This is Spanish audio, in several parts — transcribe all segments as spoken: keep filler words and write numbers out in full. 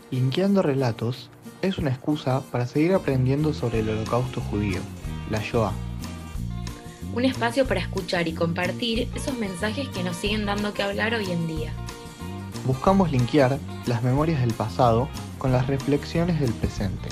Linkeando relatos es una excusa para seguir aprendiendo sobre el Holocausto judío, la Shoah. Un espacio para escuchar y compartir esos mensajes que nos siguen dando que hablar hoy en día. Buscamos linkear las memorias del pasado con las reflexiones del presente.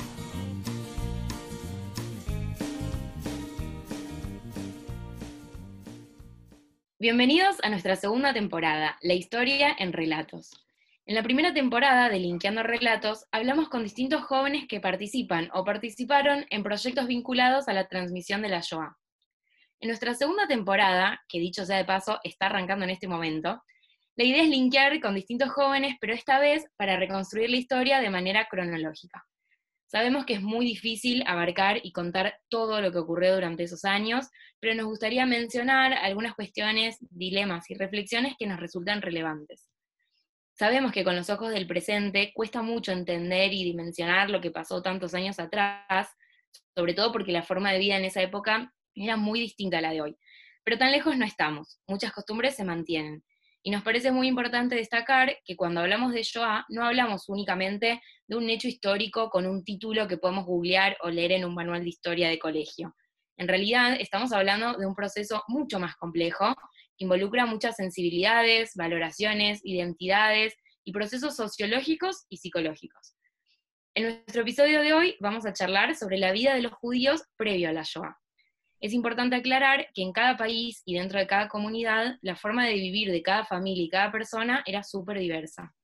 Bienvenidos a nuestra segunda temporada, La historia en relatos. En la primera temporada de Linkeando Relatos, hablamos con distintos jóvenes que participan o participaron en proyectos vinculados a la transmisión de la Shoah. En nuestra segunda temporada, que dicho sea de paso, está arrancando en este momento, la idea es linkear con distintos jóvenes, pero esta vez para reconstruir la historia de manera cronológica. Sabemos que es muy difícil abarcar y contar todo lo que ocurrió durante esos años, pero nos gustaría mencionar algunas cuestiones, dilemas y reflexiones que nos resultan relevantes. Sabemos que con los ojos del presente cuesta mucho entender y dimensionar lo que pasó tantos años atrás, sobre todo porque la forma de vida en esa época era muy distinta a la de hoy. Pero tan lejos no estamos, muchas costumbres se mantienen. Y nos parece muy importante destacar que cuando hablamos de Shoah no hablamos únicamente de un hecho histórico con un título que podemos googlear o leer en un manual de historia de colegio. En realidad estamos hablando de un proceso mucho más complejo que involucra muchas sensibilidades, valoraciones, identidades y procesos sociológicos y psicológicos. En nuestro episodio de hoy vamos a charlar sobre la vida de los judíos previo a la Shoah. Es importante aclarar que en cada país y dentro de cada comunidad, la forma de vivir de cada familia y cada persona era súper diversa.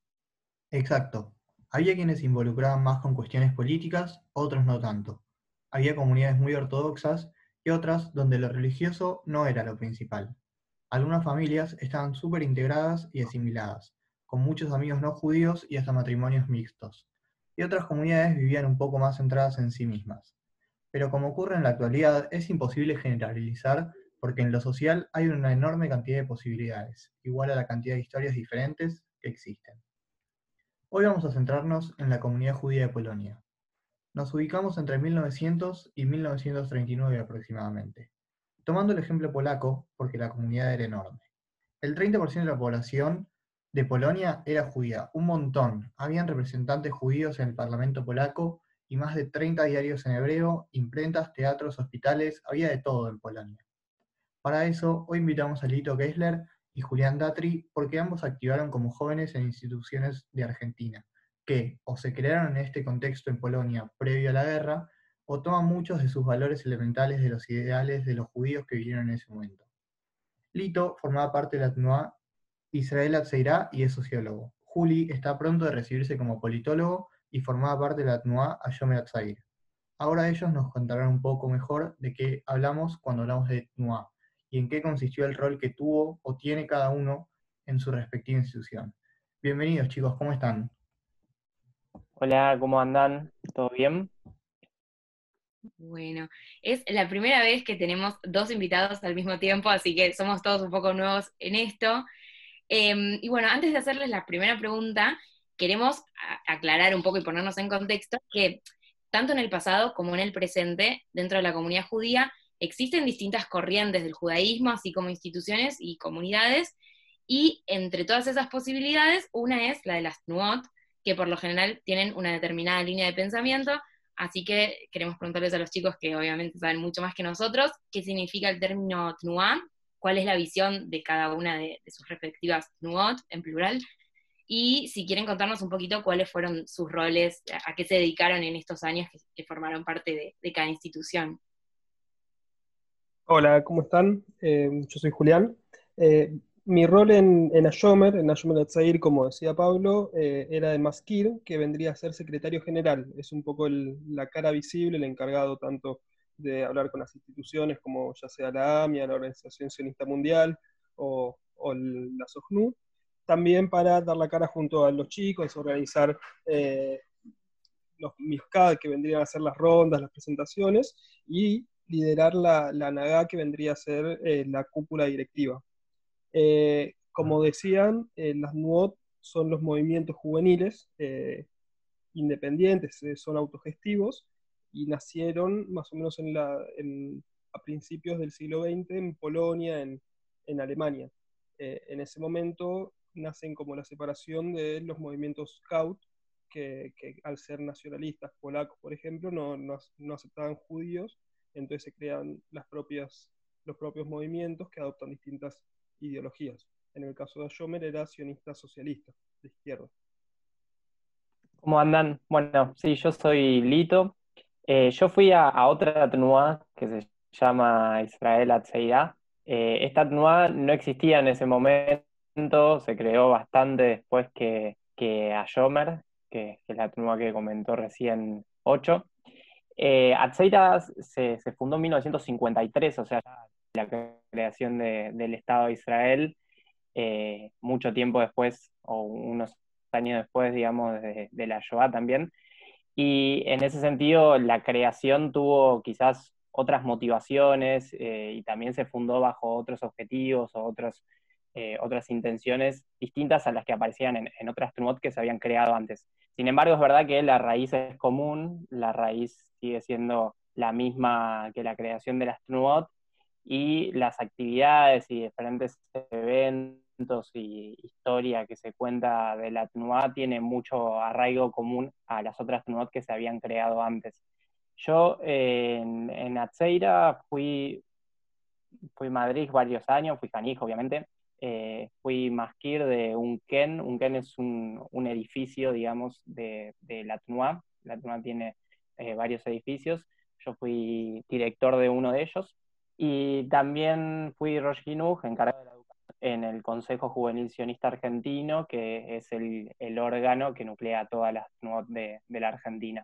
Exacto. Había quienes se involucraban más con cuestiones políticas, otros no tanto. Había comunidades muy ortodoxas y otras donde lo religioso no era lo principal. Algunas familias estaban súper integradas y asimiladas, con muchos amigos no judíos y hasta matrimonios mixtos. Y otras comunidades vivían un poco más centradas en sí mismas. Pero como ocurre en la actualidad, es imposible generalizar porque en lo social hay una enorme cantidad de posibilidades, igual a la cantidad de historias diferentes que existen. Hoy vamos a centrarnos en la comunidad judía de Polonia. Nos ubicamos entre mil novecientos y mil novecientos treinta y nueve aproximadamente, tomando el ejemplo polaco porque la comunidad era enorme. El treinta por ciento de la población de Polonia era judía, un montón. Habían representantes judíos en el Parlamento polaco y más de treinta diarios en hebreo, imprentas, teatros, hospitales, había de todo en Polonia. Para eso, hoy invitamos a Lito Gessler y Julián Datri porque ambos activaron como jóvenes en instituciones de Argentina, que o se crearon en este contexto en Polonia previo a la guerra, o toman muchos de sus valores elementales de los ideales de los judíos que vivieron en ese momento. Lito formaba parte de la Tnuá, Israel Atzeirá y es sociólogo. Juli está pronto de recibirse como politólogo y formaba parte de la Tnuá Ayomer Atzair. Ahora ellos nos contarán un poco mejor de qué hablamos cuando hablamos de Tnuá y en qué consistió el rol que tuvo o tiene cada uno en su respectiva institución. Bienvenidos chicos, ¿cómo están? Hola, ¿cómo andan? ¿Todo bien? Bueno, es la primera vez que tenemos dos invitados al mismo tiempo, así que somos todos un poco nuevos en esto. Eh, y bueno, antes de hacerles la primera pregunta, queremos a- aclarar un poco y ponernos en contexto que tanto en el pasado como en el presente, dentro de la comunidad judía, existen distintas corrientes del judaísmo, así como instituciones y comunidades, y entre todas esas posibilidades, una es la de las Tnuot, que por lo general tienen una determinada línea de pensamiento, así que queremos preguntarles a los chicos que obviamente saben mucho más que nosotros, qué significa el término Tnuá, cuál es la visión de cada una de, de sus respectivas Tnuot, en plural, y si quieren contarnos un poquito cuáles fueron sus roles, a, a qué se dedicaron en estos años que, que formaron parte de, de cada institución. Hola, ¿cómo están? Eh, yo soy Julián. Eh, Mi rol en, en Ayomer, en Ayomer Atzair, como decía Pablo, eh, era de Maskir, que vendría a ser secretario general. Es un poco el- la cara visible, el encargado tanto de hablar con las instituciones como ya sea la A M I A, la Organización Sionista Mundial o, o el- la SOJNU, también para dar la cara junto a los chicos, organizar eh, los Mifkad, que vendrían a ser las rondas, las presentaciones, y liderar la, la Nagá, que vendría a ser eh, la cúpula directiva. Eh, como decían, eh, las Nuot son los movimientos juveniles eh, independientes, eh, son autogestivos, y nacieron más o menos en la, en, a principios del siglo veinte en Polonia, en, en Alemania. Eh, en ese momento nacen como la separación de los movimientos Scout, que, que al ser nacionalistas polacos, por ejemplo, no, no, no aceptaban judíos, entonces se crean las propias, los propios movimientos que adoptan distintas ideologías. En el caso de Ayomer era sionista socialista, de izquierda. ¿Cómo andan? Bueno, sí, yo soy Lito. Eh, yo fui a, a otra Tnuá que se llama Israel Hatzairá. Eh, esta Tnuá no existía en ese momento, se creó bastante después que, que Ayomer, que, que es la Tnuá que comentó recién Ocho. Eh, Hatzairá se, se fundó en mil novecientos cincuenta y tres, o sea, la creación de- del Estado de Israel, eh, mucho tiempo después, o unos años después, digamos, de, de la Shoah también. Y en ese sentido, la creación tuvo quizás otras motivaciones, eh, y también se fundó bajo otros objetivos o otros, eh, otras intenciones distintas a las que aparecían en, en otras Tnuot que se habían creado antes. Sin embargo, es verdad que la raíz es común, la raíz sigue siendo la misma que la creación de las Tnuot, y las actividades y diferentes eventos y historia que se cuenta de la Tnuá tiene mucho arraigo común a las otras Tnuot que se habían creado antes. Yo eh, en, en Atzeira fui, fui Madrid varios años, fui canijo obviamente, eh, fui masquir de un Ken. Un Ken es un, un edificio, digamos, de, de la Tnuá. La Tnuá tiene eh, varios edificios. Yo fui director de uno de ellos. Y también fui Rosh Hinuch, encargado de la educación en el Consejo Juvenil Sionista Argentino, que es el, el órgano que nuclea a todas las Tnuot de, de la Argentina.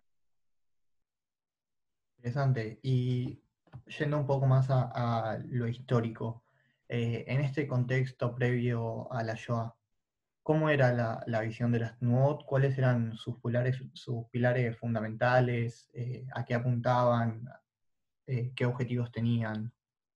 Interesante. Y yendo un poco más a, a lo histórico, eh, en este contexto previo a la Shoah, ¿cómo era la, la visión de las Tnuot? ¿Cuáles eran sus pilares, sus pilares fundamentales? Eh, ¿a qué apuntaban? Eh, ¿qué objetivos tenían?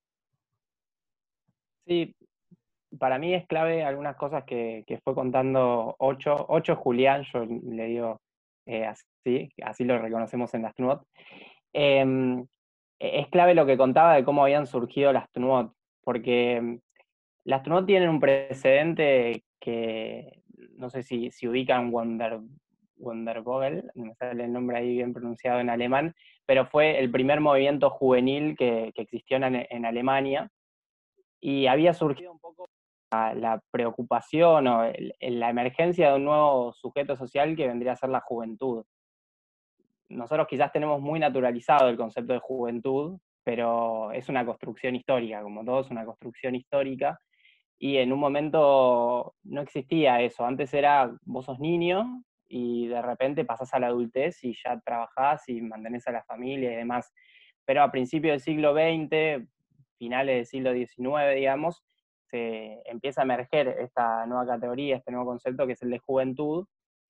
Sí, para mí es clave algunas cosas que, que fue contando Ocho. Ocho Julián, yo le digo eh, así, así lo reconocemos en las Tnuot. Eh, es clave lo que contaba de cómo habían surgido las Tnuot, porque las Tnuot tienen un precedente que no sé si, si ubican Wonder, Wondervogel, no me sale el nombre ahí bien pronunciado en alemán, pero fue el primer movimiento juvenil que, que existió en, en Alemania, y había surgido un poco la, la preocupación o el, la emergencia de un nuevo sujeto social que vendría a ser la juventud. Nosotros quizás tenemos muy naturalizado el concepto de juventud, pero es una construcción histórica, como todo es una construcción histórica, y en un momento no existía eso. Antes era, vos sos niño y de repente pasás a la adultez y ya trabajás y mantenés a la familia y demás. Pero a principios del siglo veinte, finales del siglo diecinueve, digamos, se empieza a emerger esta nueva categoría, este nuevo concepto que es el de juventud,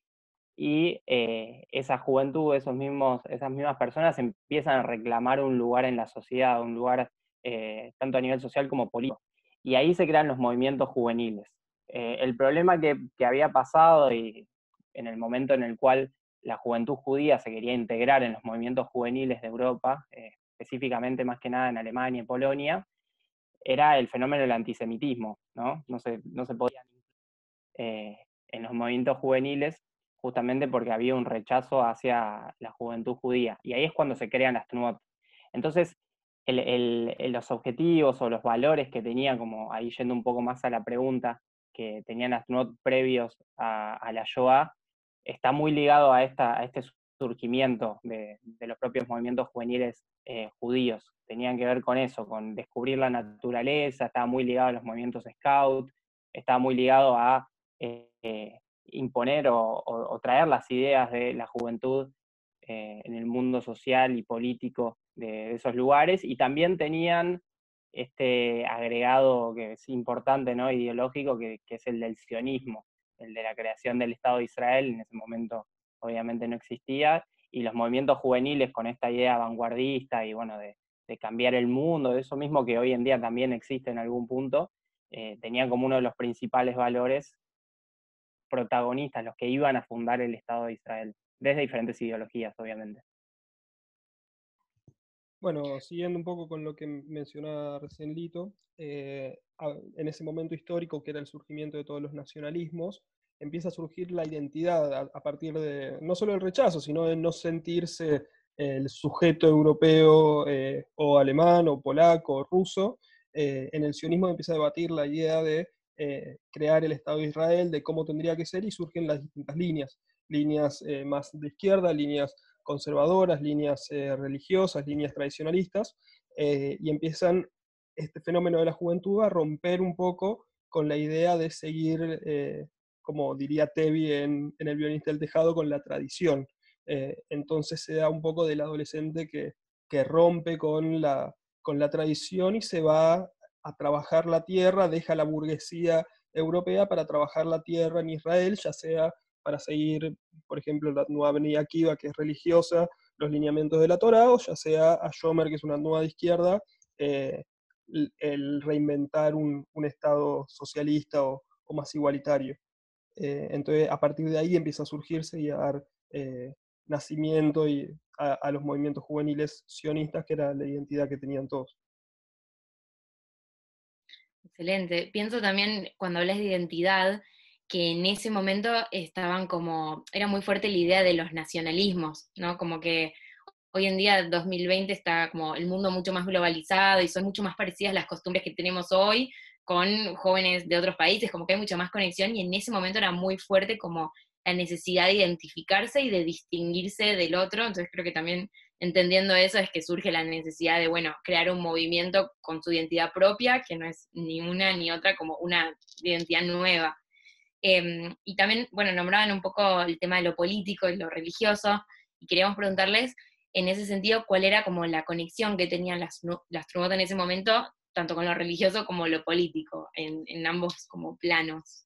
y eh, esa juventud, esos mismos, esas mismas personas empiezan a reclamar un lugar en la sociedad, un lugar eh, tanto a nivel social como político. Y ahí se crean los movimientos juveniles. Eh, el problema que, que había pasado, y en el momento en el cual la juventud judía se quería integrar en los movimientos juveniles de Europa, eh, específicamente más que nada en Alemania y Polonia, era el fenómeno del antisemitismo, ¿no? No se, no se podía eh, en los movimientos juveniles, justamente porque había un rechazo hacia la juventud judía. Y ahí es cuando se crean las Tnuot. Entonces, el, el, los objetivos o los valores que tenía, como ahí yendo un poco más a la pregunta, que tenían las Tnuot previos a, a la Shoah, está muy ligado a, esta, a este surgimiento de, de los propios movimientos juveniles eh, judíos. Tenían que ver con eso, con descubrir la naturaleza, estaba muy ligado a los movimientos scout, estaba muy ligado a eh, imponer o, o, o, traer las ideas de la juventud eh, en el mundo social y político de, de, esos lugares, y también tenían este agregado que es importante, ¿no?, ideológico, que, que es el del sionismo, el de la creación del Estado de Israel. En ese momento obviamente no existía, y los movimientos juveniles con esta idea vanguardista y bueno, de, de cambiar el mundo, de eso mismo que hoy en día también existe en algún punto, eh, tenían como uno de los principales valores protagonistas, los que iban a fundar el Estado de Israel, desde diferentes ideologías, obviamente. Bueno, siguiendo un poco con lo que mencionaba recién Lito, eh, en ese momento histórico que era el surgimiento de todos los nacionalismos, empieza a surgir la identidad a, a partir de, no solo del rechazo, sino de no sentirse el sujeto europeo eh, o alemán o polaco o ruso. Eh, en el sionismo empieza a debatir la idea de eh, crear el Estado de Israel, de cómo tendría que ser, y surgen las distintas líneas, líneas eh, más de izquierda, líneas conservadoras, líneas eh, religiosas, líneas tradicionalistas, eh, y empiezan este fenómeno de la juventud a romper un poco con la idea de seguir, eh, como diría Tevi en, en El violinista del tejado, con la tradición. Eh, entonces se da un poco del adolescente que, que rompe con la, con la tradición y se va a trabajar la tierra, deja la burguesía europea para trabajar la tierra en Israel, ya sea para seguir, por ejemplo, la Nueva Avenida Akiva, que es religiosa, los lineamientos de la Torá, o ya sea a Shomer, que es una nueva de izquierda, eh, el reinventar un, un Estado socialista o, o más igualitario. Eh, entonces, a partir de ahí empieza a surgirse y a dar eh, nacimiento y a, a los movimientos juveniles sionistas, que era la identidad que tenían todos. Excelente. Pienso también, cuando hablas de identidad, que en ese momento estaban como, era muy fuerte la idea de los nacionalismos, ¿no? Como que hoy en día, dos mil veinte, está como el mundo mucho más globalizado y son mucho más parecidas las costumbres que tenemos hoy con jóvenes de otros países, como que hay mucha más conexión, y en ese momento era muy fuerte como la necesidad de identificarse y de distinguirse del otro. Entonces creo que también, entendiendo eso, es que surge la necesidad de, bueno, crear un movimiento con su identidad propia, que no es ni una ni otra, como una identidad nueva. Eh, y también, bueno, nombraban un poco el tema de lo político y lo religioso, y queríamos preguntarles, en ese sentido, cuál era como la conexión que tenían las, las Trumot en ese momento, tanto con lo religioso como lo político, en, en ambos como planos.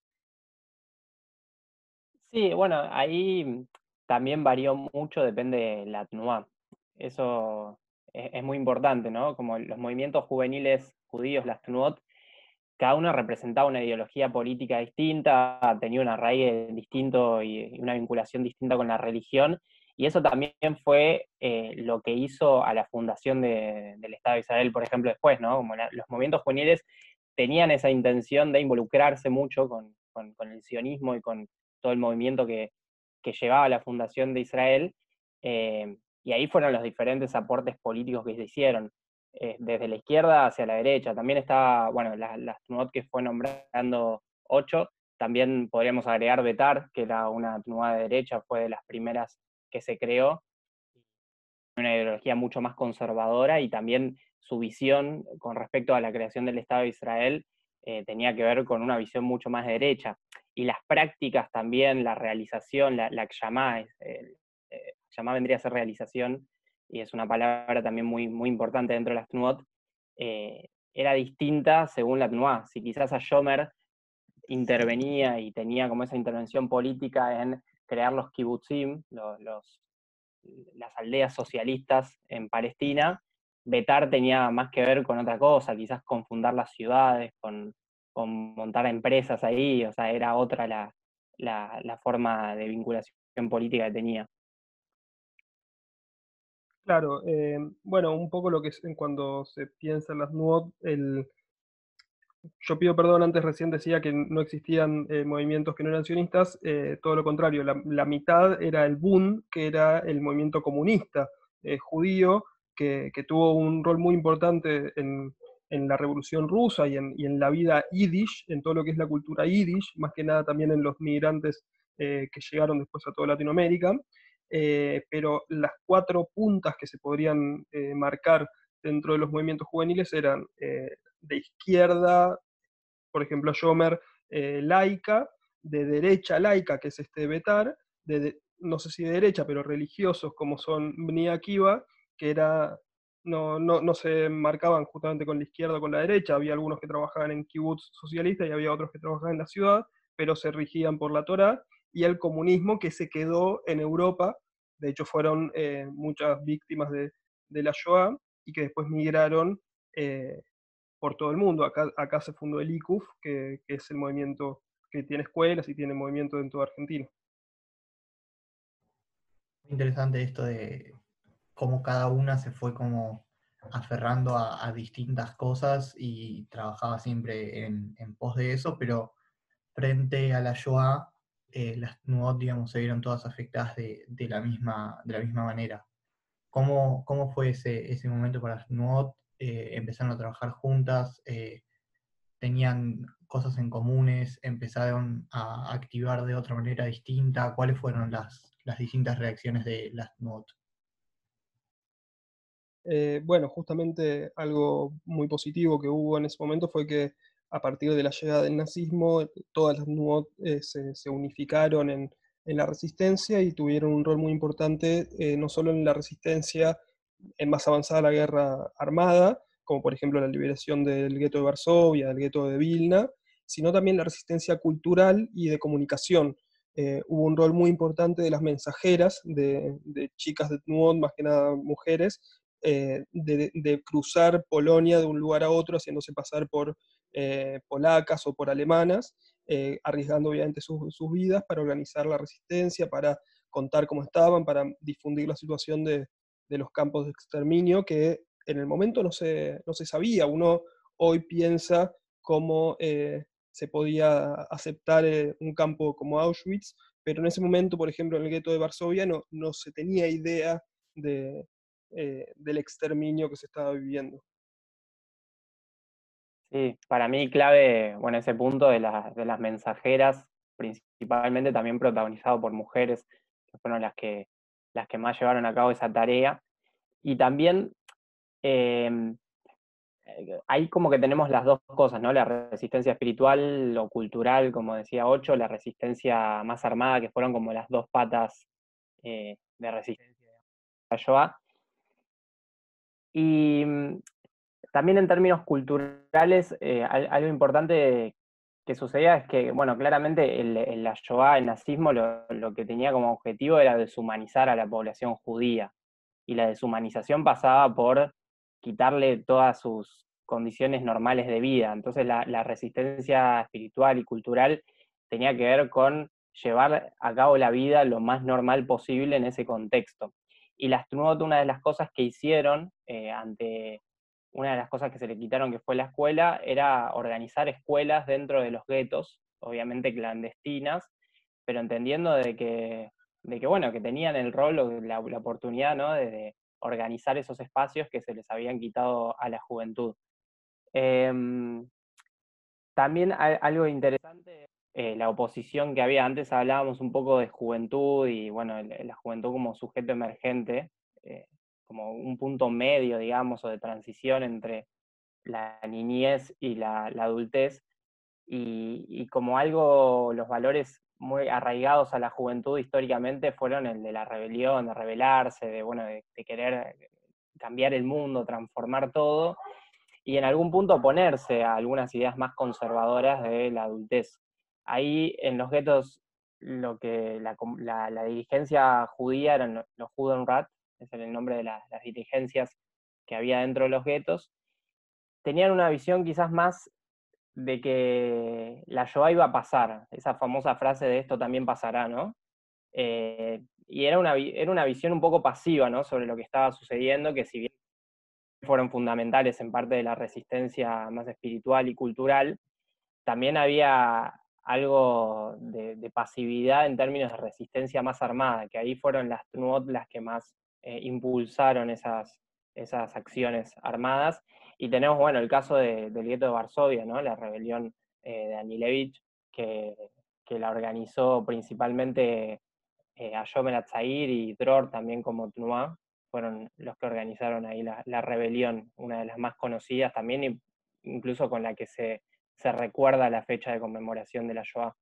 Sí, bueno, ahí también varió mucho, depende de la Tnuá. Eso es, es muy importante, ¿no? Como los movimientos juveniles judíos, las Tnuot, cada uno representaba una ideología política distinta, tenía un arraigo distinto y una vinculación distinta con la religión, y eso también fue eh, lo que hizo a la fundación de, del Estado de Israel, por ejemplo, después, ¿no? Como la, los movimientos juveniles tenían esa intención de involucrarse mucho con, con, con el sionismo y con todo el movimiento que, que llevaba a la fundación de Israel, eh, y ahí fueron los diferentes aportes políticos que se hicieron. Eh, desde la izquierda hacia la derecha. También está, bueno, las la Tnuot que fue nombrando ocho, también podríamos agregar Betar, que era una Tnuá de derecha, fue de las primeras que se creó, una ideología mucho más conservadora, y también su visión con respecto a la creación del Estado de Israel eh, tenía que ver con una visión mucho más de derecha. Y las prácticas también, la realización, la, la Kshama, eh, eh, Kshama vendría a ser realización, y es una palabra también muy, muy importante dentro de las Tnuot, eh, era distinta según la Tnuá. Si quizás a Shomer intervenía y tenía como esa intervención política en crear los kibbutzim, los, los, las aldeas socialistas en Palestina, Betar tenía más que ver con otra cosa, quizás con fundar las ciudades, con, con montar empresas ahí, o sea, era otra la, la, la forma de vinculación política que tenía. Claro, eh, bueno, un poco lo que es en cuando se piensa en las Nuot, el, yo pido perdón, antes recién decía que no existían eh, movimientos que no eran sionistas, eh, todo lo contrario, la, la, mitad era el Bund, que era el movimiento comunista eh, judío, que, que, tuvo un rol muy importante en, en la Revolución Rusa y en, y en, la vida yiddish, en todo lo que es la cultura yiddish, más que nada también en los migrantes eh, que llegaron después a toda Latinoamérica, eh, pero las cuatro puntas que se podrían eh, marcar dentro de los movimientos juveniles eran eh, de izquierda, por ejemplo, Shomer, eh, laica, de derecha laica, que es este Betar, de, de, no sé si de derecha, pero religiosos como son Bnei Akiva, que era, no, no, no se marcaban justamente con la izquierda o con la derecha, había algunos que trabajaban en kibbutz socialista y había otros que trabajaban en la ciudad, pero se regían por la Torá, y el comunismo que se quedó en Europa, de hecho fueron eh, muchas víctimas de, de la Shoah, y que después migraron eh, por todo el mundo. Acá, acá se fundó el I C U F, que, que es el movimiento que tiene escuelas y tiene movimiento en toda Argentina. Muy interesante esto de cómo cada una se fue como aferrando a, a distintas cosas y trabajaba siempre en, en pos de eso, pero frente a la Shoah, eh, las Tnuot, digamos, se vieron todas afectadas de, de la, misma, de la misma manera. ¿Cómo, cómo fue ese, ese momento para las Tnuot? Eh, ¿empezaron a trabajar juntas? Eh, ¿tenían cosas en comunes? ¿Empezaron a activar de otra manera distinta? ¿Cuáles fueron las, las distintas reacciones de las Tnuot? Eh, bueno, justamente algo muy positivo que hubo en ese momento fue que a partir de la llegada del nazismo, todas las Nuot eh, se, se unificaron en, en la resistencia y tuvieron un rol muy importante, eh, no solo en la resistencia en más avanzada la guerra armada, como por ejemplo la liberación del gueto de Varsovia, del gueto de Vilna, sino también la resistencia cultural y de comunicación. Eh, hubo un rol muy importante de las mensajeras, de, de chicas de Nuot, más que nada mujeres, eh, de, de, cruzar Polonia de un lugar a otro, haciéndose pasar por eh, polacas o por alemanas, eh, arriesgando obviamente sus, sus vidas para organizar la resistencia, para contar cómo estaban, para difundir la situación de, de los campos de exterminio, que en el momento no se, no se sabía. Uno hoy piensa cómo eh, se podía aceptar eh, un campo como Auschwitz, pero en ese momento, por ejemplo, en el gueto de Varsovia no, no se tenía idea de, eh, del exterminio que se estaba viviendo. Sí, para mí clave, bueno, ese punto de, la, de las mensajeras, principalmente también protagonizado por mujeres, que fueron las que, las que más llevaron a cabo esa tarea. Y también eh, ahí como que tenemos las dos cosas, ¿no? La resistencia espiritual, lo cultural, como decía Ocho, la resistencia más armada, que fueron como las dos patas eh, de resistencia a Shoah. Y también en términos culturales, eh, algo importante que sucedía es que, bueno, claramente el, el, la Shoah, el nazismo, lo, lo que tenía como objetivo era deshumanizar a la población judía. Y la deshumanización pasaba por quitarle todas sus condiciones normales de vida. Entonces la, la resistencia espiritual y cultural tenía que ver con llevar a cabo la vida lo más normal posible en ese contexto. Y las Tnuot, una de las cosas que hicieron eh, ante una de las cosas que se le quitaron, que fue la escuela, era organizar escuelas dentro de los guetos, obviamente clandestinas, pero entendiendo de que, de que bueno, que tenían el rol o la, la oportunidad, ¿no? de, de organizar esos espacios que se les habían quitado a la juventud. Eh, también hay algo interesante, eh, la oposición que había antes, hablábamos un poco de juventud y bueno, el, la juventud como sujeto emergente, eh, como un punto medio, digamos, o de transición entre la niñez y la, la adultez, y, y como algo, los valores muy arraigados a la juventud históricamente fueron el de la rebelión, de rebelarse, de, bueno, de, de querer cambiar el mundo, transformar todo, y en algún punto oponerse a algunas ideas más conservadoras de la adultez. Ahí en los guetos, lo que la, la, la dirigencia judía eran los Judenrat, ese era el nombre de la, las dirigencias que había dentro de los guetos, tenían una visión quizás más de que la Shoah iba a pasar, esa famosa frase de esto también pasará, ¿no? Eh, y era una, era una visión un poco pasiva, ¿no? Sobre lo que estaba sucediendo, que si bien fueron fundamentales en parte de la resistencia más espiritual y cultural, también había algo de, de pasividad en términos de resistencia más armada, que ahí fueron las Tnuot las que más eh, impulsaron esas, esas acciones armadas. Y tenemos, bueno, el caso de, del gueto de Varsovia, ¿no? La rebelión eh, de Anilevich, que, que la organizó principalmente eh, Ayomer Atzair y Dror también como Tnuá, fueron los que organizaron ahí la, la rebelión, una de las más conocidas también, incluso con la que se, se recuerda la fecha de conmemoración de la Shoah.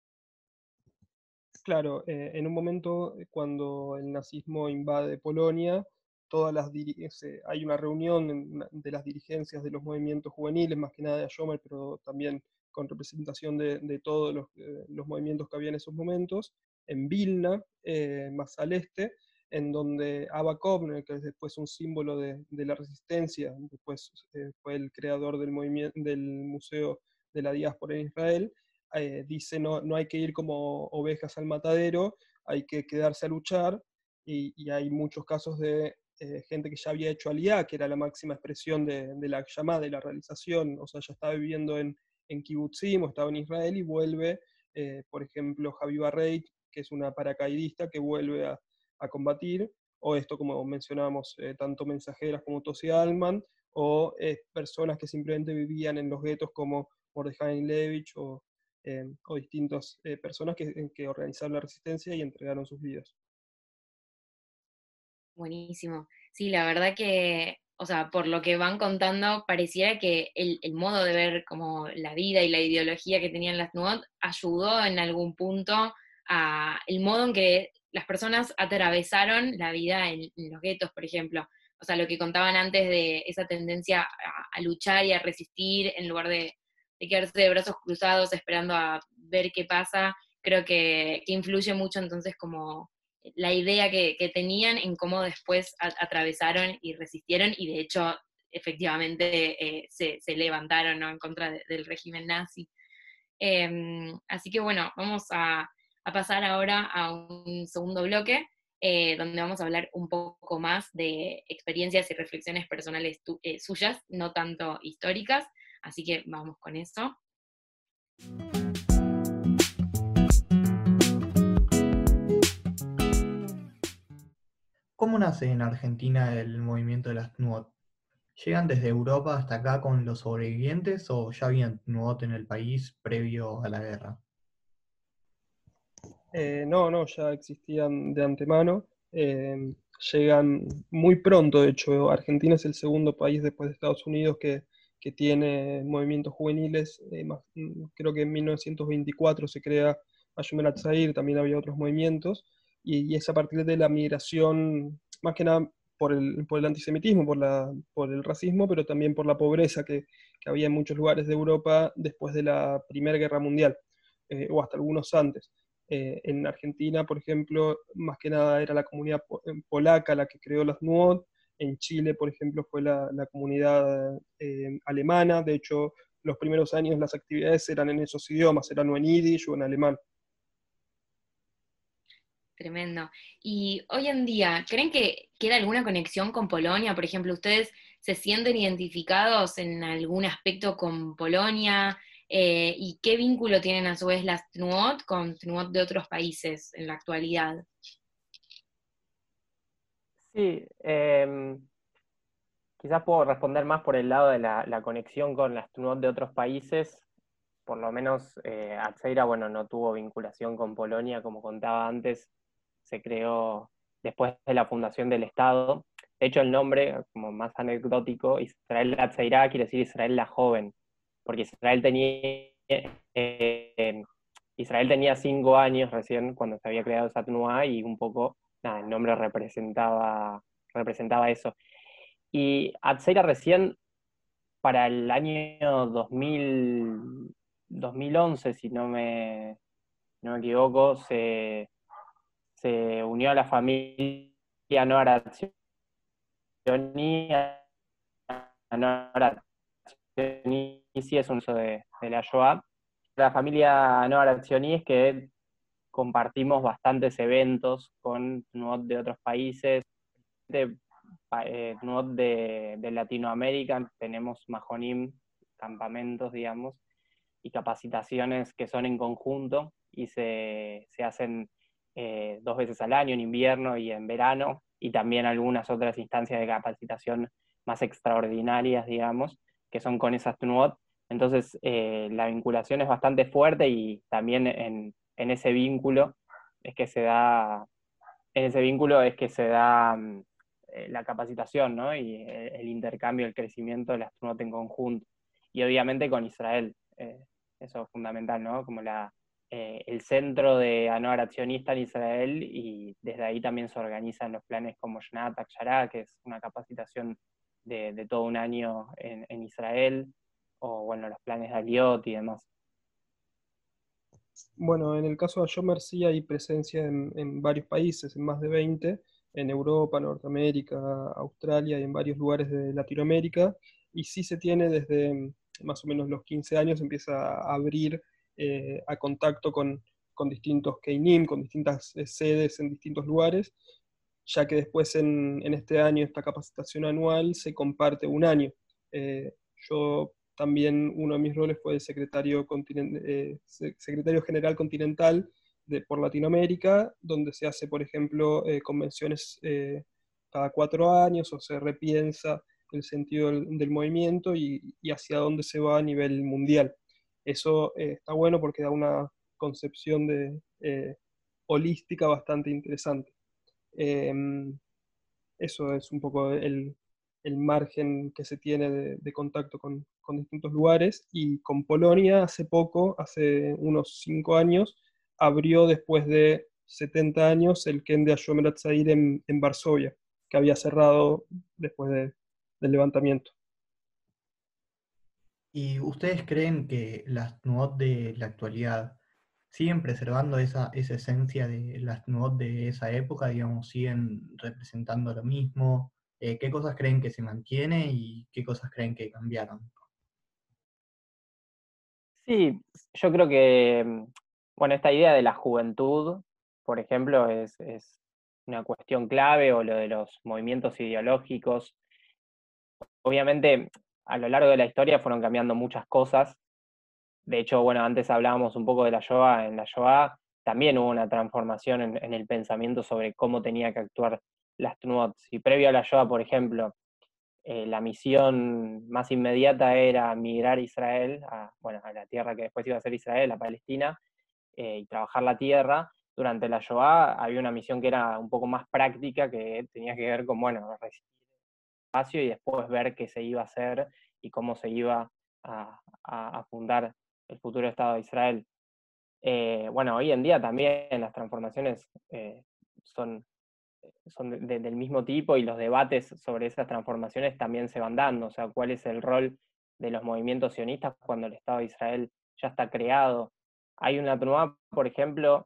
Claro, eh, en un momento cuando el nazismo invade Polonia, todas las eh, hay una reunión de las dirigencias de los movimientos juveniles, más que nada de Ayomer, pero también con representación de, de todos los, eh, los movimientos que había en esos momentos, en Vilna, eh, más al este, en donde Abba Kovner, que es después un símbolo de, de la resistencia, después eh, fue el creador del, movimiento, del Museo de la Diáspora en Israel, eh, dice no, no hay que ir como ovejas al matadero, hay que quedarse a luchar, y, y hay muchos casos de eh, gente que ya había hecho aliyá, que era la máxima expresión de, de la llamada, de la realización, o sea, ya estaba viviendo en, en Kibutzim, o estaba en Israel, y vuelve eh, por ejemplo, Javi Barreit, que es una paracaidista que vuelve a, a combatir, o esto, como mencionábamos, eh, tanto mensajeras como Tosi Alman, o eh, personas que simplemente vivían en los guetos como Mordechai Levich o, eh, o distintas eh, personas que, que organizaron la resistencia y entregaron sus vidas. Buenísimo. Sí, la verdad que, o sea, por lo que van contando, pareciera que el, el modo de ver como la vida y la ideología que tenían las Tnuot ayudó en algún punto a el modo en que las personas atravesaron la vida en, en los guetos, por ejemplo. O sea, lo que contaban antes de esa tendencia a, a luchar y a resistir en lugar de, de quedarse de brazos cruzados esperando a ver qué pasa, creo que, que influye mucho entonces como la idea que, que tenían en cómo después a, atravesaron y resistieron, y de hecho, efectivamente, eh, se, se levantaron, ¿no?, en contra de, del régimen nazi. Eh, así que bueno, vamos a, a pasar ahora a un segundo bloque, eh, donde vamos a hablar un poco más de experiencias y reflexiones personales tu, eh, suyas, no tanto históricas, así que vamos con eso. ¿Cómo nace en Argentina el movimiento de las Tnuot? ¿Llegan desde Europa hasta acá con los sobrevivientes o ya habían Tnuot en el país previo a la guerra? Eh, no, no, ya existían de antemano. Eh, llegan muy pronto, de hecho, Argentina es el segundo país después de Estados Unidos que, que tiene movimientos juveniles. Eh, más, creo que en mil novecientos veinticuatro se crea Ayumen Atzair, también había otros movimientos, y, y es a partir de la migración, más que nada por el, por el antisemitismo, por, la, por el racismo, pero también por la pobreza que, que había en muchos lugares de Europa después de la Primera Guerra Mundial, eh, o hasta algunos antes. Eh, en Argentina, por ejemplo, más que nada era la comunidad polaca la que creó las Tnuot. En Chile, por ejemplo, fue la, la comunidad eh, alemana. De hecho, los primeros años las actividades eran en esos idiomas, eran o en yiddish o en alemán. Tremendo. Y hoy en día, ¿creen que queda alguna conexión con Polonia? Por ejemplo, ¿ustedes se sienten identificados en algún aspecto con Polonia? Eh, ¿y qué vínculo tienen a su vez las Tnuot con Tnuot de otros países en la actualidad? Sí, eh, quizás puedo responder más por el lado de la, la conexión con las Tnuot de otros países. Por lo menos eh, Atzeira, bueno, no tuvo vinculación con Polonia, como contaba antes, se creó después de la fundación del Estado. De hecho, el nombre, como más anecdótico, Israel Atzeira quiere decir Israel la joven, porque Israel tenía, eh, Israel tenía cinco años recién cuando se había creado esa Tnuá, y un poco, nada, el nombre representaba, representaba eso. Y Atzeira recién, para el año dos mil, dos mil once, si no me, no me equivoco, se, se unió a la familia Noar Atzioni. Noar Atzioni sí es un uso de, de la Shoah. La familia Noar Atzioni es que compartimos bastantes eventos con Tnuot de otros países. De, eh, Tnuot de, de Latinoamérica tenemos Majonim, campamentos, digamos, y capacitaciones que son en conjunto y se, se hacen eh, dos veces al año, en invierno y en verano, y también algunas otras instancias de capacitación más extraordinarias, digamos, que son con esas Tnuot. Entonces, eh, la vinculación es bastante fuerte, y también en, en ese vínculo es que se da, en ese vínculo es que se da eh, la capacitación, ¿no? Y el, el intercambio, el crecimiento de las Tnuot en conjunto. Y obviamente con Israel. Eh, eso es fundamental, ¿no? Como la, eh, el centro de Anoar Accionista en Israel, y desde ahí también se organizan los planes como Shnat Akshara, que es una capacitación de, de todo un año en, en Israel, o bueno, los planes de Aliot y demás. Bueno, en el caso de Ayomer sí hay presencia en, en varios países, en más de veinte, en Europa, Norteamérica, Australia y en varios lugares de Latinoamérica, y sí se tiene desde más o menos los quince años, empieza a abrir eh, a contacto con, con distintos Keinim, con distintas eh, sedes en distintos lugares, ya que después en, en este año, esta capacitación anual, se comparte un año. Eh, yo también uno de mis roles fue el secretario, continen- eh, se- secretario general continental de, por Latinoamérica, donde se hace, por ejemplo, eh, convenciones eh, cada cuatro años o se repiensa el sentido del, del movimiento y, y hacia dónde se va a nivel mundial. Eso eh, está bueno porque da una concepción de, eh, holística bastante interesante. Em, eso es un poco el, el margen que se tiene de, de contacto con, con distintos lugares. Y con Polonia, hace poco, hace unos cinco años, abrió después de setenta años el Ken de Ashomer Atzair en, en Varsovia, que había cerrado después de- del levantamiento. ¿Y ustedes creen que las Tnuot de la actualidad siguen preservando esa, esa esencia de las Tnuot de esa época, digamos, siguen representando lo mismo? Eh, ¿qué cosas creen que se mantiene y qué cosas creen que cambiaron? Sí, yo creo que, mm, bueno, esta idea de la juventud, por ejemplo, es, es una cuestión clave, o lo de los movimientos ideológicos. Obviamente, a lo largo de la historia fueron cambiando muchas cosas. De hecho, bueno, antes hablábamos un poco de la Shoah. En la Shoah también hubo una transformación en, en el pensamiento sobre cómo tenía que actuar las Tnuot. Si previo a la Shoah, por ejemplo, eh, la misión más inmediata era migrar a Israel, a, bueno, a la tierra que después iba a ser Israel, a Palestina, eh, y trabajar la tierra. Durante la Shoah había una misión que era un poco más práctica, que tenía que ver con, bueno, resistir el espacio y después ver qué se iba a hacer y cómo se iba a, a, a fundar el futuro Estado de Israel. Eh, bueno, hoy en día también las transformaciones eh, son son de, de, del mismo tipo, y los debates sobre esas transformaciones también se van dando. O sea, cuál es el rol de los movimientos sionistas cuando el Estado de Israel ya está creado. Hay una Tnuá, por ejemplo,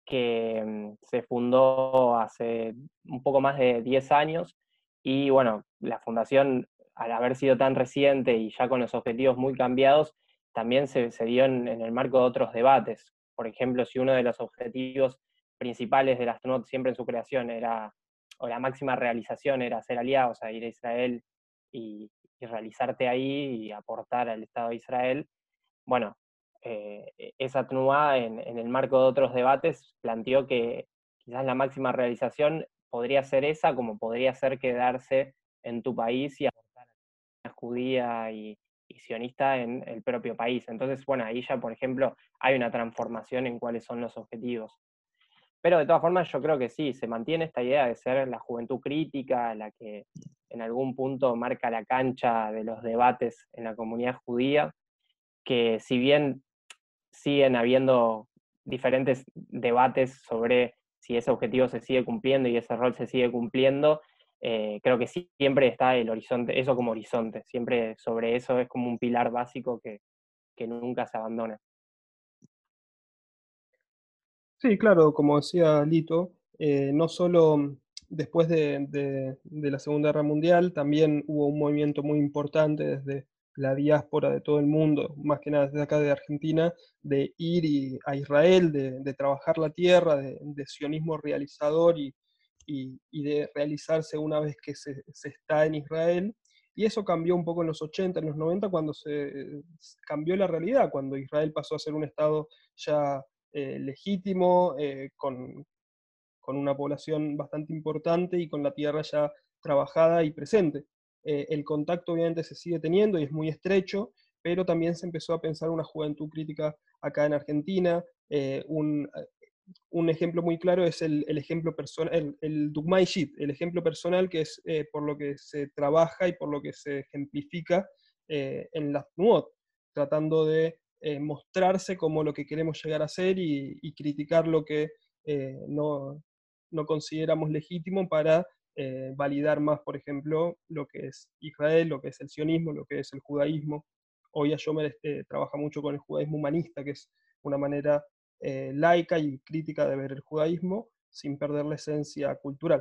que um, se fundó hace un poco más de diez años, y bueno, la fundación, al haber sido tan reciente y ya con los objetivos muy cambiados, también se, se dio en, en el marco de otros debates. Por ejemplo, si uno de los objetivos principales del astronauta siempre en su creación era, o la máxima realización era ser aliado, o sea, ir a Israel y, y realizarte ahí y aportar al Estado de Israel. Bueno, eh, esa Tnuá en, en el marco de otros debates planteó que quizás la máxima realización podría ser esa, como podría ser quedarse en tu país y aportar a la comunidad judía y, y sionista en el propio país. Entonces, bueno, ahí ya, por ejemplo, hay una transformación en cuáles son los objetivos. Pero de todas formas yo creo que sí, se mantiene esta idea de ser la juventud crítica, la que en algún punto marca la cancha de los debates en la comunidad judía, que si bien siguen habiendo diferentes debates sobre si ese objetivo se sigue cumpliendo y ese rol se sigue cumpliendo, eh, creo que sí, siempre está el horizonte, eso como horizonte, siempre sobre eso es como un pilar básico que, que nunca se abandona. Sí, claro, como decía Lito, eh, no solo después de, de- de la Segunda Guerra Mundial, también hubo un movimiento muy importante desde la diáspora de todo el mundo, más que nada desde acá de Argentina, de ir y- a Israel, de, de trabajar la tierra, de, de sionismo realizador y, y- y de realizarse una vez que se, se está en Israel. Y eso cambió un poco en los ochenta, en los noventa, cuando se cambió la realidad, cuando Israel pasó a ser un Estado ya eh, legítimo, eh, con, con, una población bastante importante y con la tierra ya trabajada y presente. Eh, el contacto obviamente se sigue teniendo y es muy estrecho, pero también se empezó a pensar una juventud crítica acá en Argentina. Eh, un, un ejemplo muy claro es el, el ejemplo personal, el, el Dugma Ishit, el ejemplo personal, que es eh, por lo que se trabaja y por lo que se ejemplifica eh, en las Tnuot, tratando de eh, mostrarse como lo que queremos llegar a ser y, y criticar lo que eh, no, no consideramos legítimo para eh, validar más, por ejemplo, lo que es Israel, lo que es el sionismo, lo que es el judaísmo. Hoy Ayomer eh, trabaja mucho con el judaísmo humanista, que es una manera eh, laica y crítica de ver el judaísmo sin perder la esencia cultural.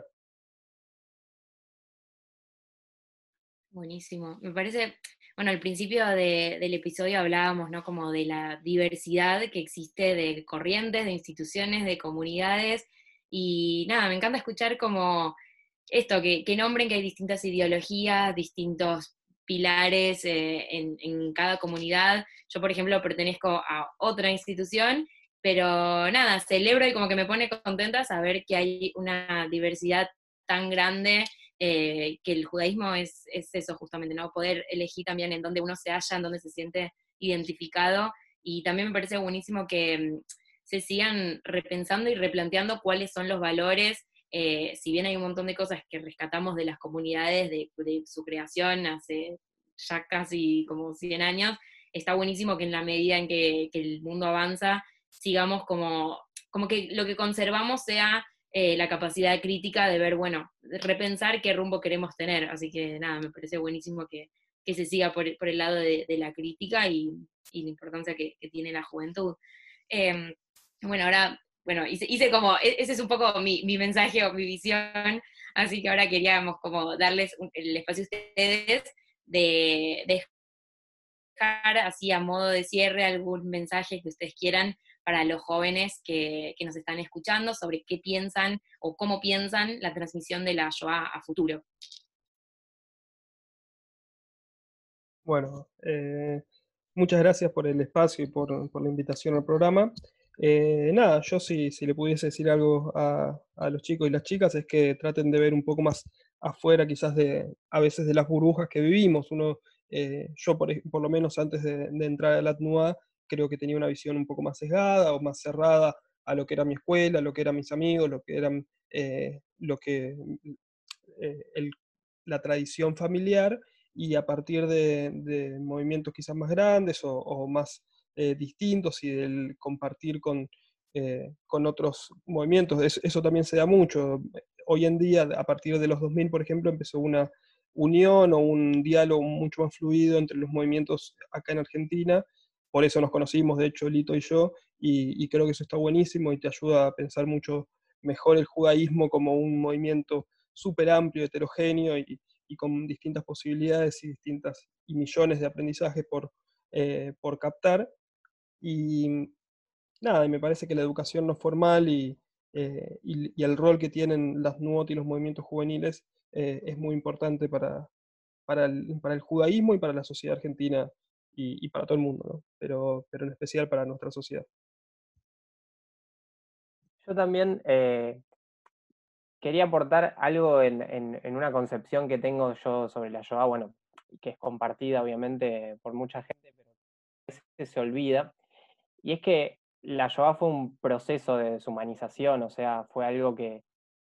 Buenísimo. Me parece, bueno, al principio de- del episodio hablábamos, ¿no? Como de la diversidad que existe de corrientes, de instituciones, de comunidades, y nada, me encanta escuchar como esto, que, que nombren que hay distintas ideologías, distintos pilares eh, en, en cada comunidad. Yo, por ejemplo, pertenezco a otra institución, pero nada, celebro y como que me pone contenta saber que hay una diversidad tan grande, eh, que el judaísmo es, es eso justamente, ¿no? Poder elegir también en dónde uno se halla, en dónde se siente identificado, y también me parece buenísimo que mm, se sigan repensando y replanteando cuáles son los valores, eh, si bien hay un montón de cosas que rescatamos de las comunidades, de, de su creación hace ya casi como cien años, está buenísimo que en la medida en que, que el mundo avanza, sigamos como, como que lo que conservamos sea eh, la capacidad crítica de ver, bueno, de repensar qué rumbo queremos tener. Así que nada, me parece buenísimo que, que se siga por, por el lado de, de la crítica y, y la importancia que, que tiene la juventud. Eh, bueno, ahora, bueno, hice, hice como, e, ese es un poco mi, mi mensaje o mi visión, así que ahora queríamos como darles un, el espacio a ustedes de, de dejar así a modo de cierre algún mensaje que ustedes quieran para los jóvenes que, que nos están escuchando sobre qué piensan o cómo piensan la transmisión de la Shoah a futuro. Bueno, eh, muchas gracias por el espacio y por, por la invitación al programa. Eh, nada, yo si, si le pudiese decir algo a, a los chicos y las chicas es que traten de ver un poco más afuera quizás de, a veces de las burbujas que vivimos. Uno, eh, yo por, ej- por lo menos antes de, de entrar a la T N U A creo que tenía una visión un poco más sesgada o más cerrada a lo que era mi escuela, a lo que eran mis amigos, lo que eran eh, lo que eh, el- la tradición familiar, y a partir de, de movimientos quizás más grandes o, o más eh, distintos y del compartir con, eh, con otros movimientos, eso, eso también se da mucho. Hoy en día, a partir de los dos mil, por ejemplo, empezó una unión o un diálogo mucho más fluido entre los movimientos acá en Argentina. Por eso nos conocimos, de hecho, Lito y yo, y, y creo que eso está buenísimo y te ayuda a pensar mucho mejor el judaísmo como un movimiento súper amplio, heterogéneo y, y con distintas posibilidades y distintas y millones de aprendizajes por, eh, por captar. Y nada, y me parece que la educación no formal y, eh, y, y el rol que tienen las N U O T y los movimientos juveniles eh, es muy importante para, para, el, para el judaísmo y para la sociedad argentina y, y para todo el mundo, ¿no? Pero, pero en especial para nuestra sociedad. Yo también eh, quería aportar algo en, en, en una concepción que tengo yo sobre la Shoah, bueno, que es compartida obviamente por mucha gente, pero a veces se olvida, y es que la Shoah fue un proceso de deshumanización, o sea, fue algo que,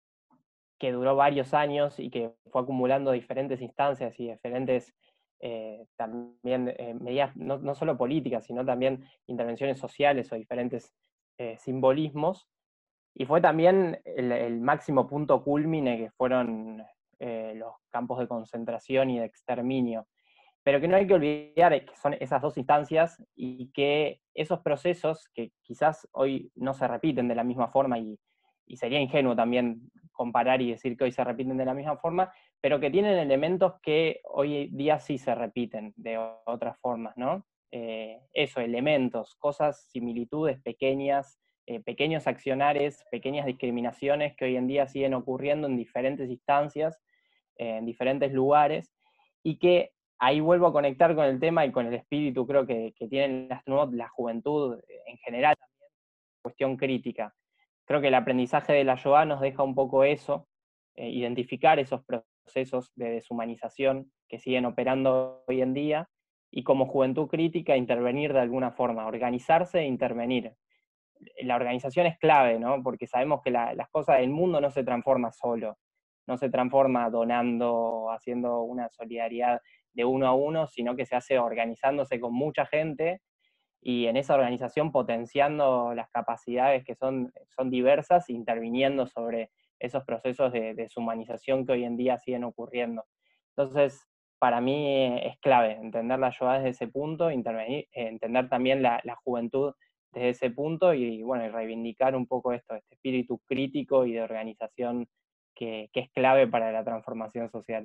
que duró varios años y que fue acumulando diferentes instancias y diferentes eh, también eh, medidas, no, no solo políticas, sino también intervenciones sociales o diferentes eh, simbolismos. Y fue también el, el máximo punto culmine que fueron eh, los campos de concentración y de exterminio. Pero que no hay que olvidar que son esas dos instancias y que esos procesos que quizás hoy no se repiten de la misma forma, y, y sería ingenuo también comparar y decir que hoy se repiten de la misma forma, pero que tienen elementos que hoy día sí se repiten de otras formas, ¿no? Eh, eso, elementos, cosas, similitudes pequeñas, eh, pequeños accionares, pequeñas discriminaciones que hoy en día siguen ocurriendo en diferentes instancias, eh, en diferentes lugares, y que ahí vuelvo a conectar con el tema y con el espíritu, creo que, que tienen las, la juventud en general, también, cuestión crítica. Creo que el aprendizaje de la Shoah nos deja un poco eso, eh, identificar esos procesos de deshumanización que siguen operando hoy en día, y como juventud crítica intervenir de alguna forma, organizarse e intervenir. La organización es clave, ¿no? Porque sabemos que la, las cosas del mundo no se transforma solo, no se transforma donando, haciendo una solidaridad de uno a uno, sino que se hace organizándose con mucha gente y en esa organización potenciando las capacidades que son, son diversas, interviniendo sobre esos procesos de deshumanización que hoy en día siguen ocurriendo. Entonces, para mí es clave entender la Shoah desde ese punto, intervenir, entender también la, la juventud desde ese punto y, bueno, y reivindicar un poco esto, este espíritu crítico y de organización que, que es clave para la transformación social.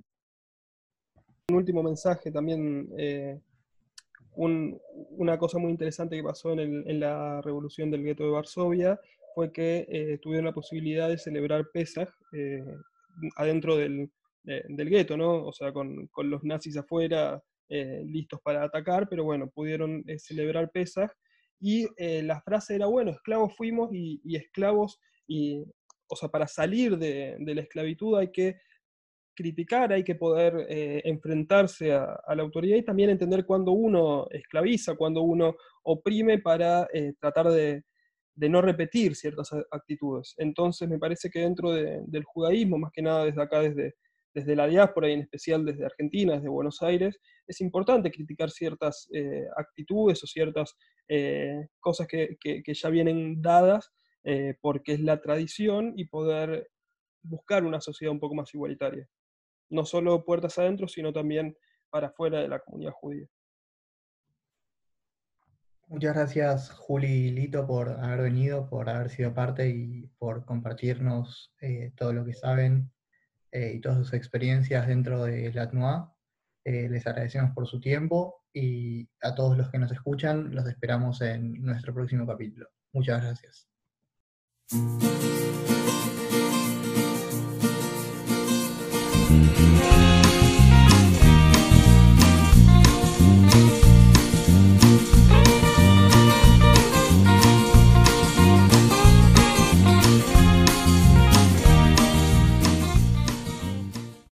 Un último mensaje también, eh, un, una cosa muy interesante que pasó en, el, en la revolución del gueto de Varsovia fue que eh, tuvieron la posibilidad de celebrar Pesaj eh, adentro del, de, del gueto, ¿no? O sea, con, con los nazis afuera eh, listos para atacar, pero bueno, pudieron eh, celebrar Pesaj, y eh, la frase era, bueno, esclavos fuimos y, y esclavos, y, o sea, para salir de, de la esclavitud hay que criticar, hay que poder eh, enfrentarse a, a la autoridad, y también entender cuando uno esclaviza, cuando uno oprime para eh, tratar de, de no repetir ciertas actitudes. Entonces me parece que dentro de, del judaísmo, más que nada desde acá, desde, desde la diáspora, y en especial desde Argentina, desde Buenos Aires, es importante criticar ciertas eh, actitudes o ciertas eh, cosas que, que, que ya vienen dadas, eh, porque es la tradición, y poder buscar una sociedad un poco más igualitaria. No solo puertas adentro, sino también para afuera de la comunidad judía. Muchas gracias, Juli y Lito, por haber venido, por haber sido parte y por compartirnos eh, todo lo que saben eh, y todas sus experiencias dentro de la T N U A. Eh, les agradecemos por su tiempo, y a todos los que nos escuchan los esperamos en nuestro próximo capítulo. Muchas gracias.